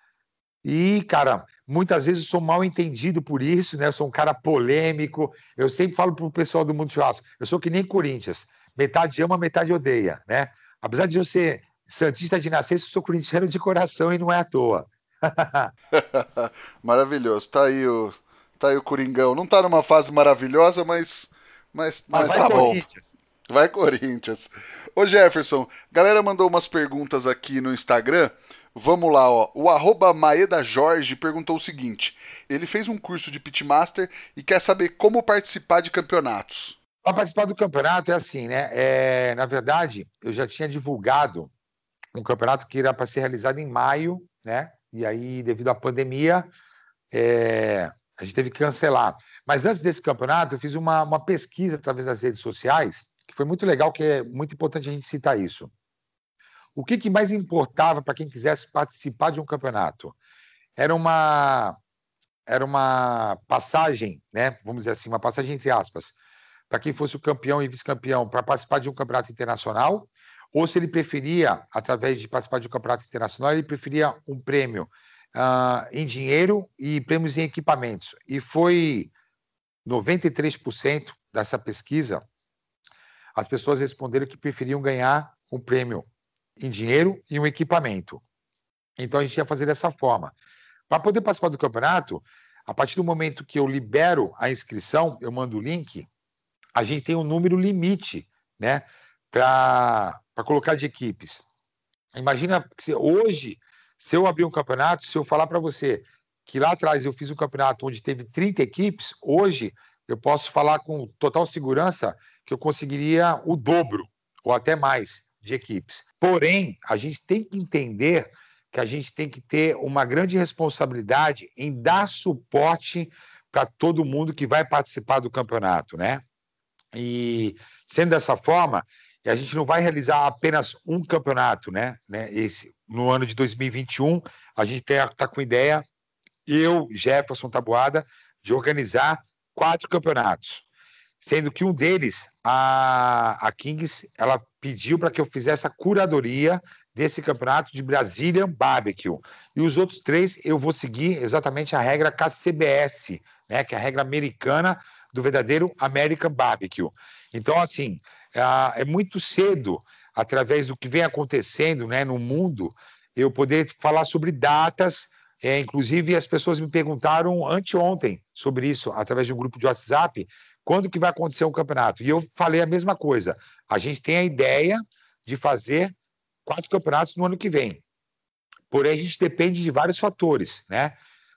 E, cara, muitas vezes eu sou mal entendido por isso, né? Eu sou um cara polêmico. Eu sempre falo pro pessoal do mundo churrasco, eu sou que nem Corinthians, metade ama, metade odeia, né? Apesar de eu ser santista de nascença, eu sou corintiano de coração e não é à toa. Maravilhoso. Tá aí o, tá aí o Coringão. Não tá numa fase maravilhosa, mas, mas, Mas mas vai tá bom. Corinthians. Vai, Corinthians. Ô, Jefferson, galera mandou umas perguntas aqui no Instagram. Vamos lá, ó. O arroba Maeda Jorge perguntou o seguinte: ele fez um curso de Pitmaster e quer saber como participar de campeonatos. Para participar do campeonato é assim, né? É, na verdade, eu já tinha divulgado um campeonato que era para ser realizado em maio, né? E aí, devido à pandemia, é, a gente teve que cancelar. Mas antes desse campeonato, eu fiz uma, uma pesquisa através das redes sociais, que foi muito legal, que é muito importante a gente citar isso. O que, que mais importava para quem quisesse participar de um campeonato? Era uma, era uma passagem, né? Vamos dizer assim, uma passagem entre aspas, para quem fosse o campeão e vice-campeão para participar de um campeonato internacional, ou se ele preferia, através de participar de um campeonato internacional, ele preferia um prêmio uh, em dinheiro e prêmios em equipamentos. E foi noventa e três por cento dessa pesquisa, as pessoas responderam que preferiam ganhar um prêmio em dinheiro e um equipamento. Então a gente ia fazer dessa forma. Para poder participar do campeonato, a partir do momento que eu libero a inscrição, eu mando o link, a gente tem um número limite, né, para colocar de equipes. Imagina que hoje, se eu abrir um campeonato, se eu falar para você que lá atrás eu fiz um campeonato onde teve trinta equipes, hoje eu posso falar com total segurança que eu conseguiria o dobro, ou até mais, de equipes. Porém, a gente tem que entender que a gente tem que ter uma grande responsabilidade em dar suporte para todo mundo que vai participar do campeonato, né? E sendo dessa forma, a gente não vai realizar apenas um campeonato, né? Esse, no ano de dois mil e vinte e um, a gente está com ideia, eu, Jefferson Taboada, de organizar quatro campeonatos, sendo que um deles, a, a Kings, ela pediu para que eu fizesse a curadoria desse campeonato de Brazilian Barbecue. E os outros três eu vou seguir exatamente a regra K C B S, né, que é a regra americana do verdadeiro American Barbecue. Então, assim, é, é muito cedo, através do que vem acontecendo, né, no mundo, eu poder falar sobre datas. É, inclusive, as pessoas me perguntaram anteontem sobre isso, através de um grupo de WhatsApp, quando que vai acontecer um campeonato? E eu falei a mesma coisa. A gente tem a ideia de fazer quatro campeonatos no ano que vem. Porém, a gente depende de vários fatores, né?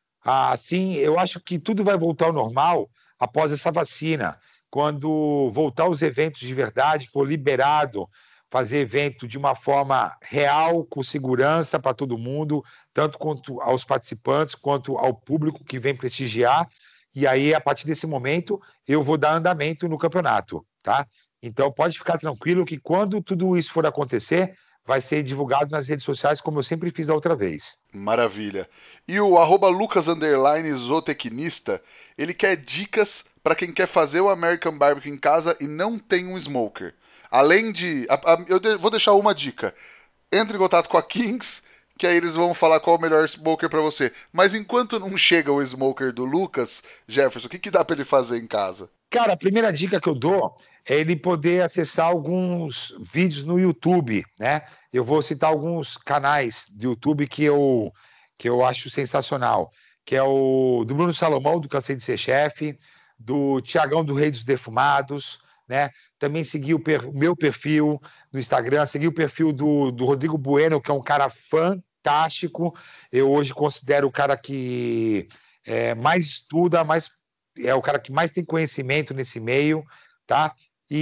Assim, eu acho que tudo vai voltar ao normal após essa vacina. Quando voltar os eventos de verdade, for liberado fazer evento de uma forma real, com segurança para todo mundo, tanto quanto aos participantes, quanto ao público que vem prestigiar. E aí, a partir desse momento, eu vou dar andamento no campeonato, tá? Então, pode ficar tranquilo que quando tudo isso for acontecer, vai ser divulgado nas redes sociais, como eu sempre fiz da outra vez. Maravilha. E o arroba Lucas Underline Zootecnista, ele quer dicas para quem quer fazer o American Barbecue em casa e não tem um smoker. Além de... A, a, eu de, vou deixar uma dica. Entre em contato com a Kings, que aí eles vão falar qual é o melhor smoker para você. Mas enquanto não chega o smoker do Lucas, Jefferson, o que, que dá para ele fazer em casa? Cara, a primeira dica que eu dou é ele poder acessar alguns vídeos no YouTube, né? Eu vou citar alguns canais do YouTube que eu, que eu acho sensacional, que é o do Bruno Salomão, do Cansei de Ser Chefe, do Tiagão do Rei dos Defumados, né? Também segui o, per, o meu perfil no Instagram, segui o perfil do, do Rodrigo Bueno, que é um cara fantástico. Eu hoje considero o cara que é, mais estuda, mais, é o cara que mais tem conhecimento nesse meio, tá?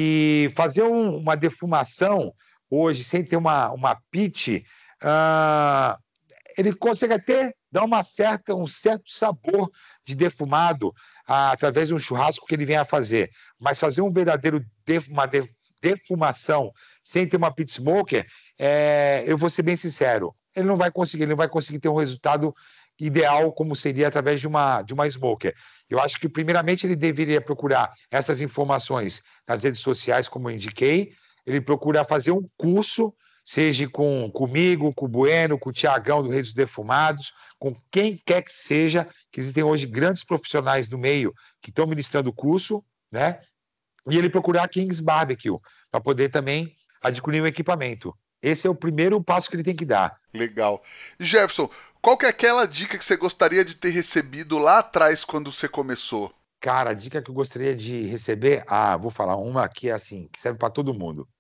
E fazer um, uma defumação hoje, sem ter uma, uma pit, uh, ele consegue até dá uma certa, um certo sabor de defumado ah, através de um churrasco que ele venha a fazer. Mas fazer um verdadeiro def, uma def, defumação sem ter uma pit smoker, é, eu vou ser bem sincero, ele não vai conseguir, ele não vai conseguir ter um resultado ideal como seria através de uma, de uma smoker. Eu acho que, primeiramente, ele deveria procurar essas informações nas redes sociais, como eu indiquei, ele procura fazer um curso, seja com, comigo, com o Bueno, com o Tiagão do Reis dos Defumados, com quem quer que seja, que existem hoje grandes profissionais no meio que estão ministrando o curso, né? E ele procurar a Kings Barbecue, para poder também adquirir um equipamento. Esse é o primeiro passo que ele tem que dar. Legal. Jefferson, qual que é aquela dica que você gostaria de ter recebido lá atrás quando você começou? Cara, a dica que eu gostaria de receber, ah, vou falar uma que é assim, que serve para todo mundo.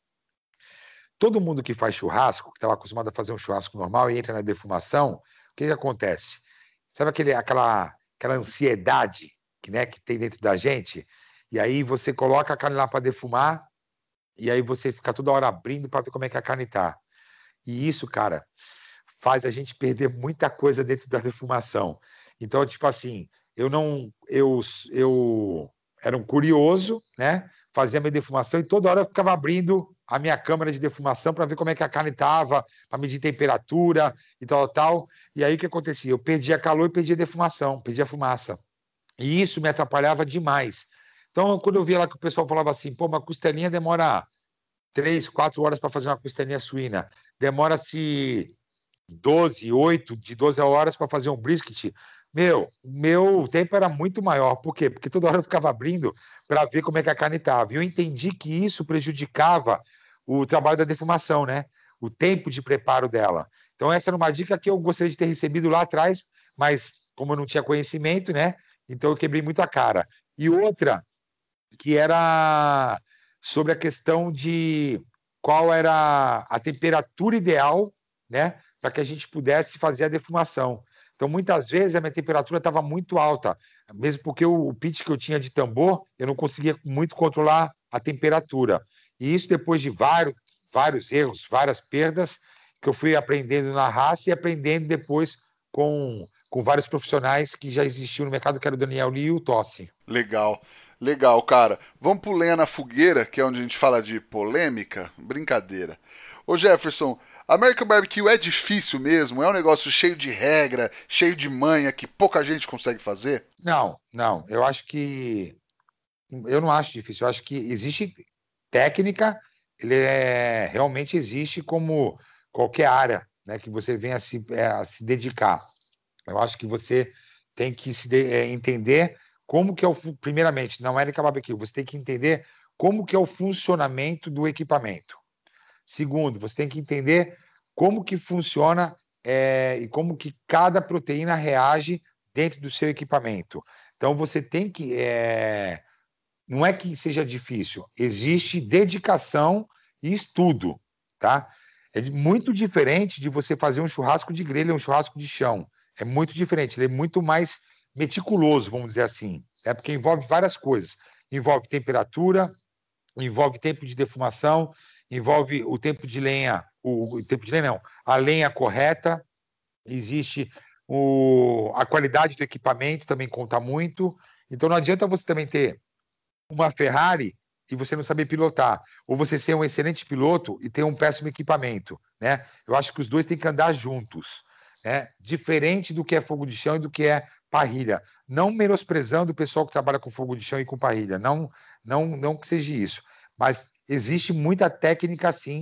Todo mundo que faz churrasco, que estava acostumado a fazer um churrasco normal e entra na defumação, o que, que acontece? Sabe aquele, aquela, aquela ansiedade que, né, que tem dentro da gente? E aí você coloca a carne lá para defumar e aí você fica toda hora abrindo para ver como é que a carne tá. E isso, cara, faz a gente perder muita coisa dentro da defumação. Então, tipo assim, eu não... Eu, eu era um curioso, né? Fazia minha defumação e toda hora eu ficava abrindo a minha câmera de defumação para ver como é que a carne estava, para medir temperatura e tal, tal. E aí o que acontecia? Eu perdia calor e perdia defumação, perdia fumaça. E isso me atrapalhava demais. Então, quando eu via lá que o pessoal falava assim, pô, uma costelinha demora três, quatro horas para fazer uma costelinha suína, demora-se doze, oito, de doze horas para fazer um brisket, meu, meu tempo era muito maior. Por quê? Porque toda hora eu ficava abrindo para ver como é que a carne estava. E eu entendi que isso prejudicava o trabalho da defumação, né? O tempo de preparo dela. Então, essa era uma dica que eu gostaria de ter recebido lá atrás, mas como eu não tinha conhecimento, né? Então, eu quebrei muito a cara. E outra, que era sobre a questão de qual era a temperatura ideal, né, para que a gente pudesse fazer a defumação. Então, muitas vezes, a minha temperatura estava muito alta, mesmo porque o, o pitch que eu tinha de tambor, eu não conseguia muito controlar a temperatura. E isso depois de vários, vários erros, várias perdas, que eu fui aprendendo na raça e aprendendo depois com, com vários profissionais que já existiam no mercado, que era o Daniel Lee e o Tossi. Legal. Legal, cara. Vamos pro Lenha na Fogueira, que é onde a gente fala de polêmica? Brincadeira. Ô Jefferson, American Barbecue é difícil mesmo? É um negócio cheio de regra, cheio de manha, que pouca gente consegue fazer? Não, não. Eu acho que... Eu não acho difícil. Eu acho que existe técnica, ele é... realmente existe como qualquer área, né, que você venha a se, é, a se dedicar. Eu acho que você tem que se de... é, entender... Como que é o, primeiramente, na American Barbecue, você tem que entender como que é o funcionamento do equipamento. Segundo, você tem que entender como que funciona é, e como que cada proteína reage dentro do seu equipamento. Então, você tem que... É, não é que seja difícil, existe dedicação e estudo, tá? É muito diferente de você fazer um churrasco de grelha, um churrasco de chão. É muito diferente, ele é muito mais meticuloso, vamos dizer assim, é porque envolve várias coisas. Envolve temperatura, envolve tempo de defumação, envolve o tempo de lenha, o, o tempo de lenha não, a lenha correta, existe o, a qualidade do equipamento, também conta muito. Então não adianta você também ter uma Ferrari e você não saber pilotar, ou você ser um excelente piloto e ter um péssimo equipamento, né? Eu acho que os dois têm que andar juntos, né? Diferente do que é fogo de chão e do que é parrilha, não menosprezando o pessoal que trabalha com fogo de chão e com parrilha, não, não, não que seja isso, mas existe muita técnica sim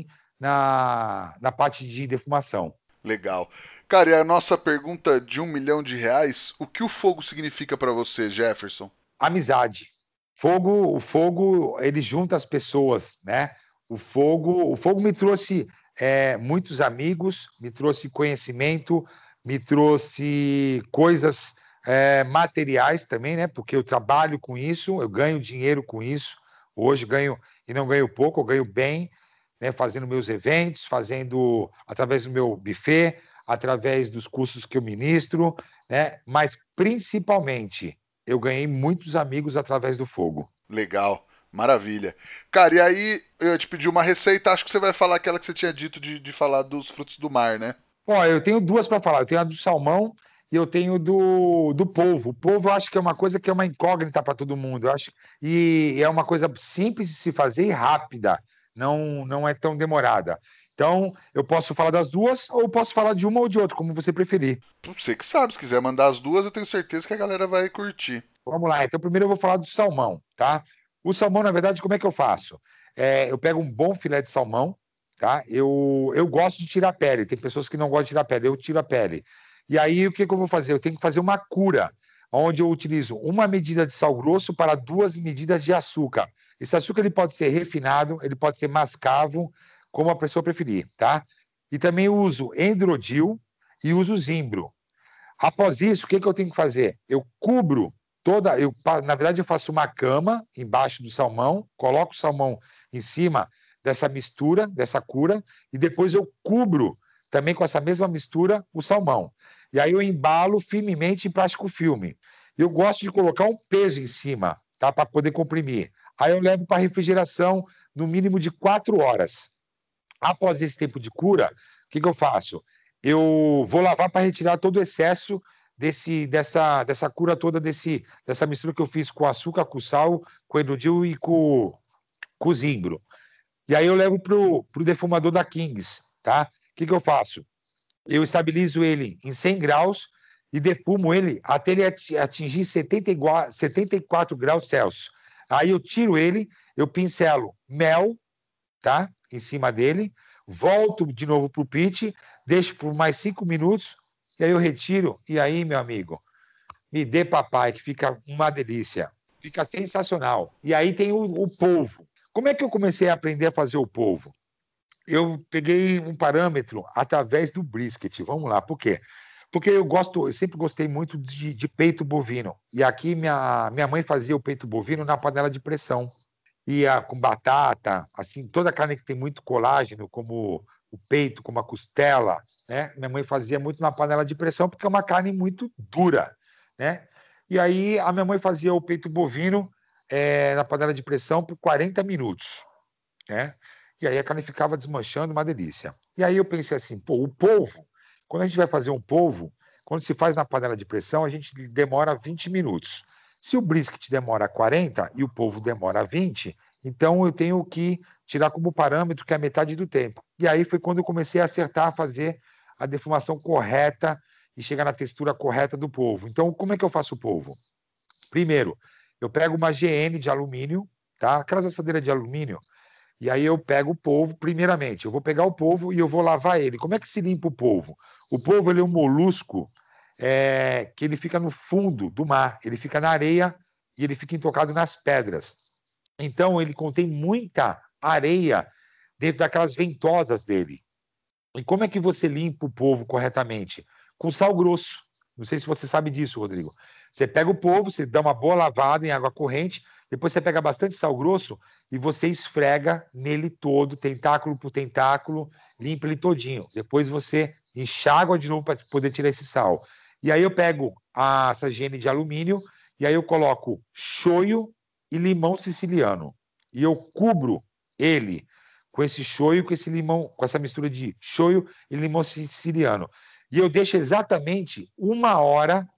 na, na parte de defumação. Legal. Cara, e a nossa pergunta de um milhão de reais, o que o fogo significa para você, Jefferson? Amizade. Fogo, o fogo, ele junta as pessoas, né? O fogo, o fogo me trouxe é, muitos amigos, me trouxe conhecimento, me trouxe coisas É, materiais também, né? Porque eu trabalho com isso, eu ganho dinheiro com isso. Hoje ganho, e não ganho pouco, eu ganho bem, né? Fazendo meus eventos, fazendo através do meu buffet, através dos cursos que eu ministro, né? Mas principalmente eu ganhei muitos amigos através do fogo. Legal, maravilha. Cara, e aí eu te pedi uma receita, acho que você vai falar aquela que você tinha dito de, de falar dos frutos do mar, né? Bom, eu tenho duas para falar. Eu tenho a do salmão e eu tenho do, do polvo. O polvo eu acho que é uma coisa que é uma incógnita para todo mundo. Eu acho, e é uma coisa simples de se fazer e rápida, não, não é tão demorada. Então, eu posso falar das duas ou posso falar de uma ou de outra, como você preferir. Você que sabe, se quiser mandar as duas, eu tenho certeza que a galera vai curtir. Vamos lá, então primeiro eu vou falar do salmão, tá? O salmão, na verdade, como é que eu faço? É, eu pego um bom filé de salmão, tá? Eu, eu gosto de tirar a pele, tem pessoas que não gostam de tirar a pele, eu tiro a pele. E aí, o que, que eu vou fazer? Eu tenho que fazer uma cura, onde eu utilizo uma medida de sal grosso para duas medidas de açúcar. Esse açúcar ele pode ser refinado, ele pode ser mascavo, como a pessoa preferir, tá? E também uso endrodil e uso zimbro. Após isso, o que, que eu tenho que fazer? Eu cubro toda, eu, na verdade, eu faço uma cama embaixo do salmão, coloco o salmão em cima dessa mistura, dessa cura, e depois eu cubro também com essa mesma mistura o salmão. E aí eu embalo firmemente em plástico filme. Eu gosto de colocar um peso em cima, tá, para poder comprimir. Aí eu levo para refrigeração no mínimo de quatro horas. Após esse tempo de cura, o que, que eu faço? Eu vou lavar para retirar todo o excesso desse, dessa, dessa cura toda, desse, dessa mistura que eu fiz com açúcar, com sal, com endrodil e com, com zimbro. E aí eu levo para o defumador da Kings, tá? O que, que eu faço? Eu estabilizo ele em cem graus e defumo ele até ele atingir setenta e quatro graus Celsius. Aí eu tiro ele, eu pincelo mel, tá? Em cima dele, volto de novo para o pit, deixo por mais cinco minutos, e aí eu retiro, e aí, meu amigo, me dê papai, que fica uma delícia. Fica sensacional. E aí tem o, o polvo. Como é que eu comecei a aprender a fazer o polvo? Eu peguei um parâmetro através do brisket. Vamos lá, por quê? Porque eu gosto, eu sempre gostei muito de, de peito bovino. E aqui minha, minha mãe fazia o peito bovino na panela de pressão. Ia com batata, assim, toda a carne que tem muito colágeno, como o peito, como a costela, né? Minha mãe fazia muito na panela de pressão, porque é uma carne muito dura, né? E aí a minha mãe fazia o peito bovino é, na panela de pressão por quarenta minutos, né? E aí a carne ficava desmanchando, uma delícia. E aí eu pensei assim, pô, o polvo, quando a gente vai fazer um polvo, quando se faz na panela de pressão, a gente demora vinte minutos. Se o brisket demora quarenta e o polvo demora vinte, então eu tenho que tirar como parâmetro que é a metade do tempo. E aí foi quando eu comecei a acertar, a fazer a defumação correta e chegar na textura correta do polvo. Então, como é que eu faço o polvo? Primeiro, eu pego uma G N de alumínio, tá? Aquelas assadeiras de alumínio, e aí eu pego o polvo, primeiramente, eu vou pegar o polvo e eu vou lavar ele. Como é que se limpa o polvo? O polvo ele é um molusco é, que ele fica no fundo do mar, ele fica na areia e ele fica intocado nas pedras. Então, ele contém muita areia dentro daquelas ventosas dele. E como é que você limpa o polvo corretamente? Com sal grosso. Não sei se você sabe disso, Rodrigo. Você pega o polvo, você dá uma boa lavada em água corrente, depois você pega bastante sal grosso e você esfrega nele todo, tentáculo por tentáculo, limpa ele todinho. Depois você enxágua de novo para poder tirar esse sal. E aí eu pego a, essa gene de alumínio e aí eu coloco shoyu e limão siciliano. E eu cubro ele com esse shoyu, com esse limão, com essa mistura de shoyu e limão siciliano. E eu deixo exatamente uma hora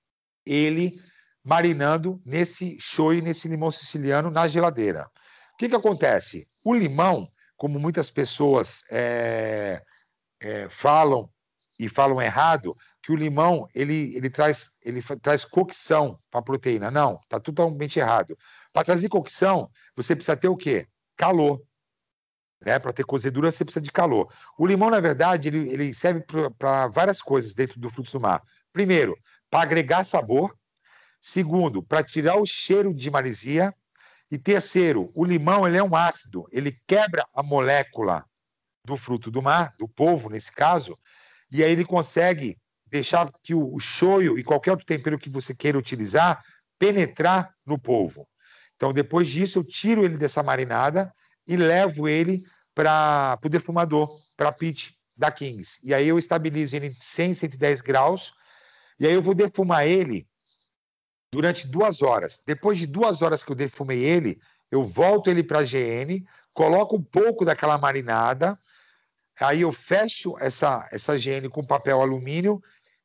ele marinando nesse shoyu, nesse limão siciliano na geladeira. O que, que acontece? O limão, como muitas pessoas é, é, falam e falam errado, que o limão ele, ele, traz, ele traz cocção para a proteína. Não, está totalmente errado. Para trazer cocção, você precisa ter o quê? Calor. Né? Para ter cozedura, você precisa de calor. O limão, na verdade, ele, ele serve para várias coisas dentro do frutos do mar. Primeiro, para agregar sabor. Segundo, para tirar o cheiro de maresia. E terceiro, o limão ele é um ácido. Ele quebra a molécula do fruto do mar, do polvo, nesse caso, e aí ele consegue deixar que o, o shoyu e qualquer outro tempero que você queira utilizar penetrar no polvo. Então, depois disso, eu tiro ele dessa marinada e levo ele para o defumador, para a pit da Kings. E aí eu estabilizo ele em cem, cento e dez graus, e aí eu vou defumar ele durante duas horas. Depois de duas horas que eu defumei ele, eu volto ele para a G N, coloco um pouco daquela marinada, aí eu fecho essa, essa G N com papel alumínio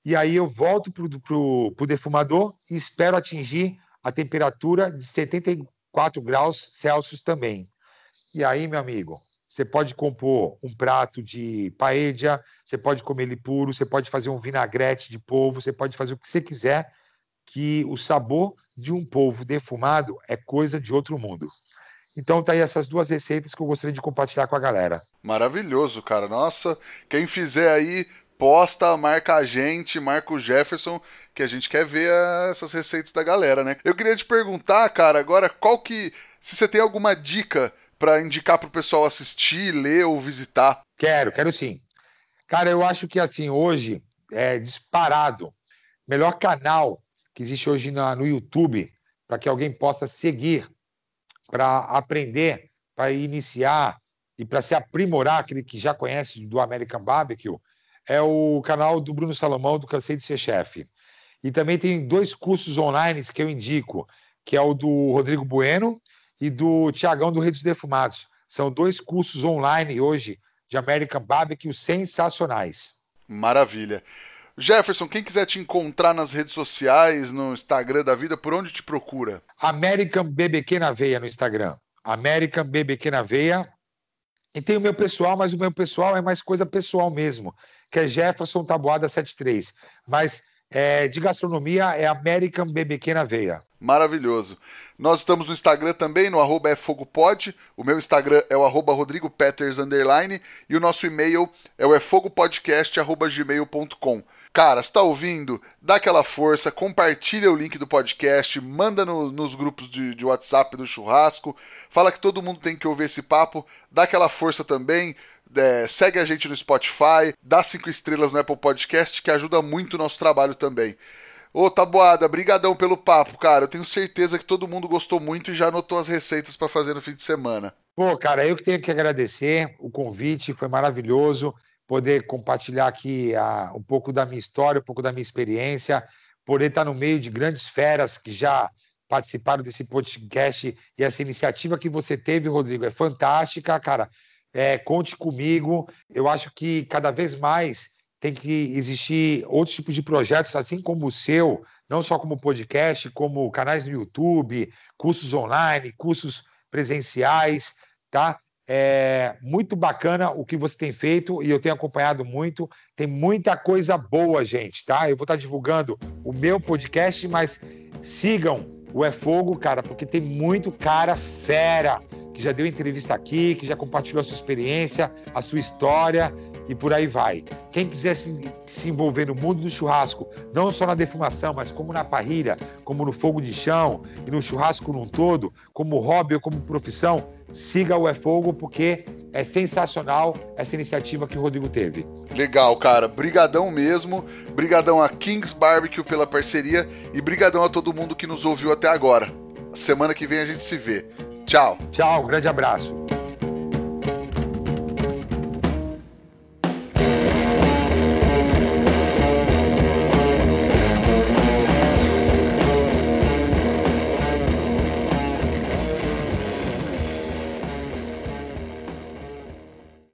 e aí eu volto para o defumador e espero atingir a temperatura de setenta e quatro graus Celsius também. E aí, meu amigo, você pode compor um prato de paella, você pode comer ele puro, você pode fazer um vinagrete de polvo, você pode fazer o que você quiser, que o sabor de um polvo defumado é coisa de outro mundo. Então tá aí essas duas receitas que eu gostaria de compartilhar com a galera. Maravilhoso, cara. Nossa, quem fizer aí, posta, marca a gente, marca o Jefferson, que a gente quer ver essas receitas da galera, né? Eu queria te perguntar, cara, agora qual que... Se você tem alguma dica pra indicar pro pessoal assistir, ler ou visitar. Quero, quero sim. Cara, eu acho que assim, hoje, é disparado, melhor canal que existe hoje na, no YouTube, para que alguém possa seguir, para aprender, para iniciar e para se aprimorar, aquele que já conhece do American Barbecue, é o canal do Bruno Salomão, do Cansei de Ser Chefe. E também tem dois cursos online que eu indico, que é o do Rodrigo Bueno e do Tiagão do Redes Defumados. São dois cursos online hoje de American Barbecue sensacionais. Maravilha. Jefferson, quem quiser te encontrar nas redes sociais, no Instagram da vida, por onde te procura? American B B Q na veia no Instagram. American B B Q na veia. E tem o meu pessoal, mas o meu pessoal é mais coisa pessoal mesmo, que é Jefferson Taboada setenta e três. Mas é, de gastronomia é American B B Q na veia. Maravilhoso. Nós estamos no Instagram também, no arroba é fogopod. O meu Instagram é o arroba Rodrigo Peters underline. E o nosso e-mail é o efogopodcast arroba gmail ponto com. Cara, se tá ouvindo, dá aquela força, compartilha o link do podcast, manda no, nos grupos de, de WhatsApp do churrasco, fala que todo mundo tem que ouvir esse papo, dá aquela força também. É, segue a gente no Spotify, dá cinco estrelas no Apple Podcast, que ajuda muito o nosso trabalho também. Ô, Taboada, brigadão pelo papo, cara. Eu tenho certeza que todo mundo gostou muito e já anotou as receitas para fazer no fim de semana. Pô, cara, eu que tenho que agradecer o convite, foi maravilhoso poder compartilhar aqui a, um pouco da minha história, um pouco da minha experiência, poder estar no meio de grandes feras que já participaram desse podcast e essa iniciativa que você teve, Rodrigo, é fantástica, cara. É, conte comigo. Eu acho que cada vez mais tem que existir outros tipos de projetos, assim como o seu, não só como podcast, como canais no YouTube, cursos online, cursos presenciais, tá? É muito bacana o que você tem feito e eu tenho acompanhado muito. Tem muita coisa boa, gente, tá? Eu vou estar divulgando o meu podcast, mas sigam o É Fogo, cara, porque tem muito cara fera que já deu entrevista aqui, que já compartilhou a sua experiência, a sua história e por aí vai. Quem quiser se, se envolver no mundo do churrasco, não só na defumação, mas como na parrilha, como no fogo de chão e no churrasco num todo, como hobby ou como profissão, siga o É Fogo, porque é sensacional essa iniciativa que o Rodrigo teve. Legal, cara. Brigadão mesmo. Brigadão a Kings Barbecue pela parceria e brigadão a todo mundo que nos ouviu até agora. Semana que vem a gente se vê. Tchau. Tchau, um grande abraço.